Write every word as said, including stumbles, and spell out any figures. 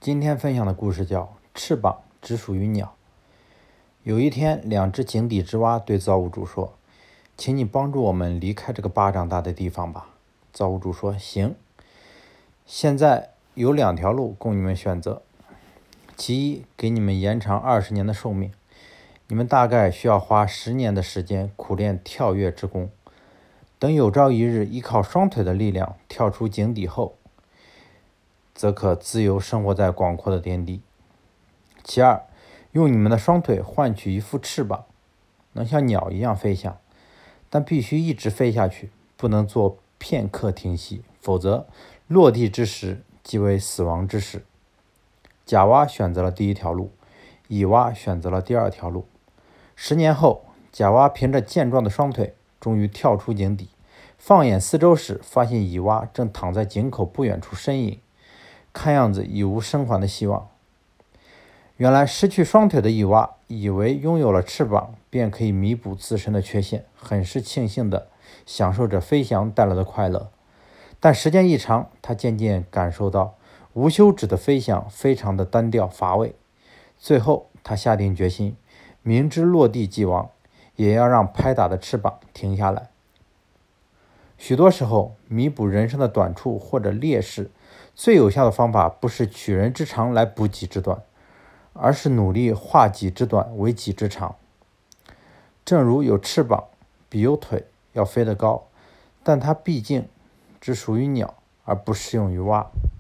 今天分享的故事叫翅膀只属于鸟。有一天，两只井底之蛙对造物主说：请你帮助我们离开这个巴掌大的地方吧。造物主说：行。现在有两条路供你们选择，其一，给你们延长二十年的寿命，你们大概需要花十年的时间苦练跳跃之功，等有朝一日依靠双腿的力量跳出井底后，则可自由生活在广阔的天地。其二，用你们的双腿换取一副翅膀，能像鸟一样飞翔，但必须一直飞下去，不能做片刻停息，否则落地之时即为死亡之时。甲蛙选择了第一条路，乙蛙选择了第二条路。十年后，甲蛙凭着健壮的双腿终于跳出井底，放眼四周时，发现乙蛙正躺在井口不远处呻吟，看样子已无生还的希望。原来失去双腿的乙蛙以为拥有了翅膀便可以弥补自身的缺陷，很是庆幸地享受着飞翔带来的快乐。但时间一长，他渐渐感受到无休止的飞翔非常的单调乏味。最后他下定决心，明知落地即亡，也要让拍打的翅膀停下来。许多时候，弥补人生的短处或者劣势，最有效的方法不是取人之长来补己之短，而是努力化己之短为己之长。正如有翅膀比有腿要飞得高，但它毕竟只属于鸟，而不适用于蛙。